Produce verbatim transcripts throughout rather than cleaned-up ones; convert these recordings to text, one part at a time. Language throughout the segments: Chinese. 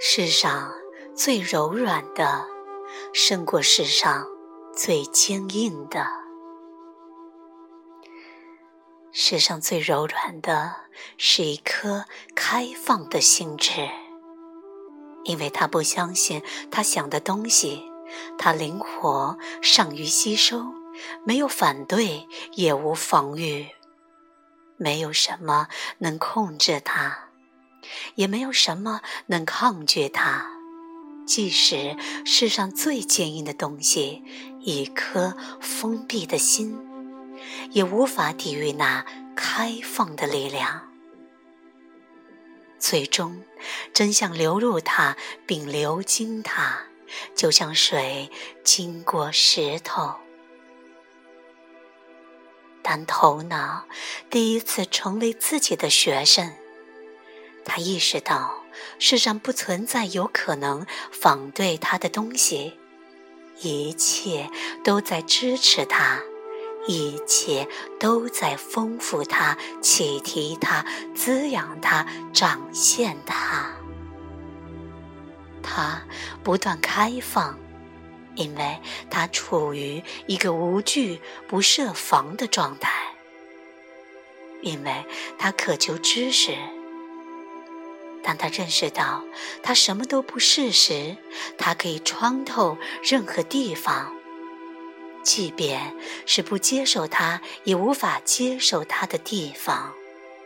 世上最柔软的，胜过世上最坚硬的。世上最柔软的是一颗开放的心智，因为他不相信他想的东西，他灵活，善于吸收，没有反对，也无防御，没有什么能控制他，也没有什么能抗拒它。即使世上最坚硬的东西，一颗封闭的心，也无法抵御那开放的力量。最终真相流入它，并流经它，就像水经过石头。当头脑第一次成为自己的学生，他意识到世上不存在有可能反对他的东西，一切都在支持他，一切都在丰富他，启迪他，滋养他，展现他。他不断开放，因为他处于一个无惧不设防的状态，因为他渴求知识。当他认识到他什么都不是时，他可以穿透任何地方，即便是不接受他也无法接受他的地方。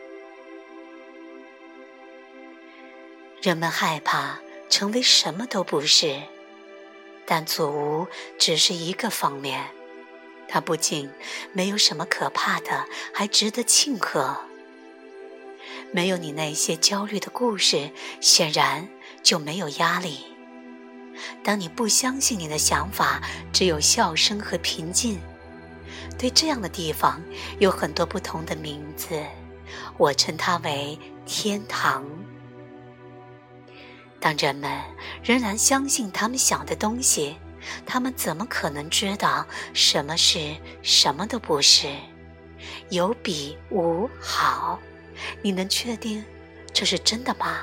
人们害怕成为什么都不是，但左无只是一个方面，它不仅没有什么可怕的，还值得庆贺。没有你那些焦虑的故事，显然就没有压力。当你不相信你的想法只有笑声和平静，对这样的地方有很多不同的名字，我称它为天堂。当人们仍然相信他们想的东西，他们怎么可能知道什么是什么都不是？有比无好，你能确定这是真的吗？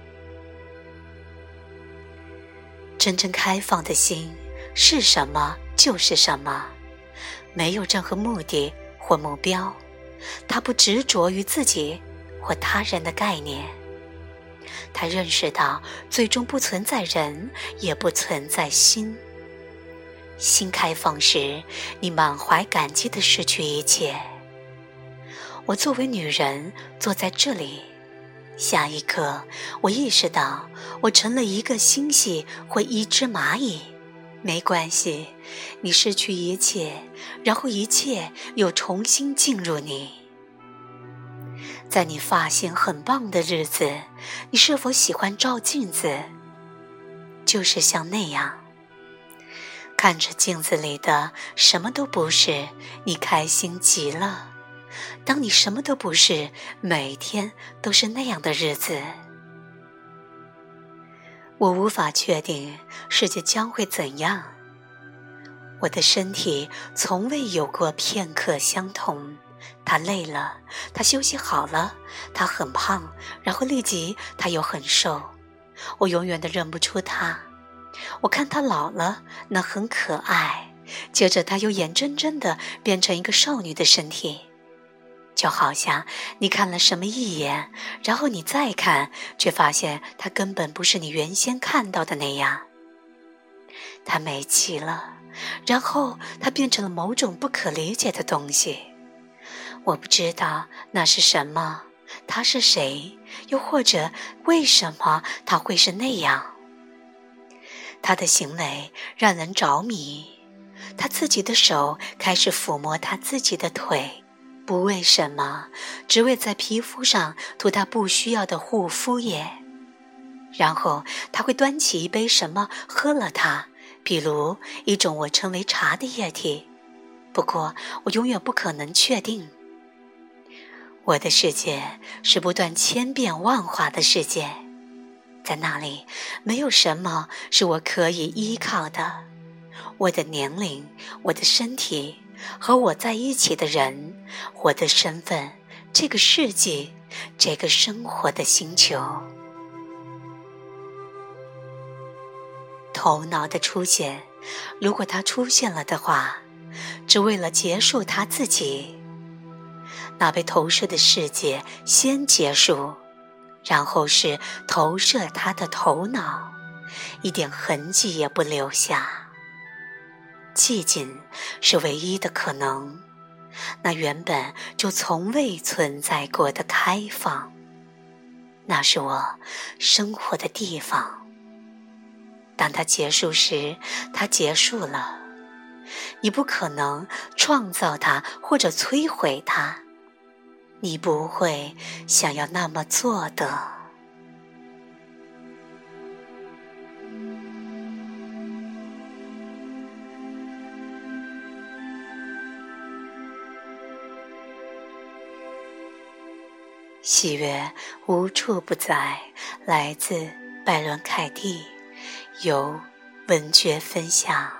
真正开放的心是什么就是什么，没有任何目的或目标，它不执着于自己或他人的概念。他认识到最终不存在人，也不存在心。心开放时，你满怀感激地失去一切。我作为女人坐在这里，下一刻我意识到我成了一个星系或一只蚂蚁。没关系，你失去一切，然后一切又重新进入你。在你发现很棒的日子，你是否喜欢照镜子？就是像那样，看着镜子里的什么都不是，你开心极了。当你什么都不是，每天都是那样的日子。我无法确定世界将会怎样。我的身体从未有过片刻相同。他累了，他休息好了，他很胖，然后立即他又很瘦。我永远都认不出他。我看他老了，那很可爱，接着他又眼睁睁地变成一个少女的身体。就好像你看了什么一眼，然后你再看，却发现它根本不是你原先看到的那样。它美极了，然后它变成了某种不可理解的东西。我不知道那是什么，他是谁，又或者为什么他会是那样。他的行为让人着迷，他自己的手开始抚摸他自己的腿，不为什么，只为在皮肤上涂他不需要的护肤液。然后他会端起一杯什么喝了它，比如一种我称为茶的液体，不过我永远不可能确定。我的世界是不断千变万化的世界，在那里没有什么是我可以依靠的。我的年龄，我的身体，和我在一起的人，我的身份，这个世纪，这个生活的星球。 头脑的出现，如果它出现了的话，只为了结束它自己，那被投射的世界先结束，然后是投射它的头脑，一点痕迹也不留下。寂静是唯一的可能，那原本就从未存在过的开放，那是我生活的地方。当它结束时，它结束了，你不可能创造它或者摧毁它，你不会想要那么做的。喜悦无处不在，来自拜伦凯蒂，由文觉分享。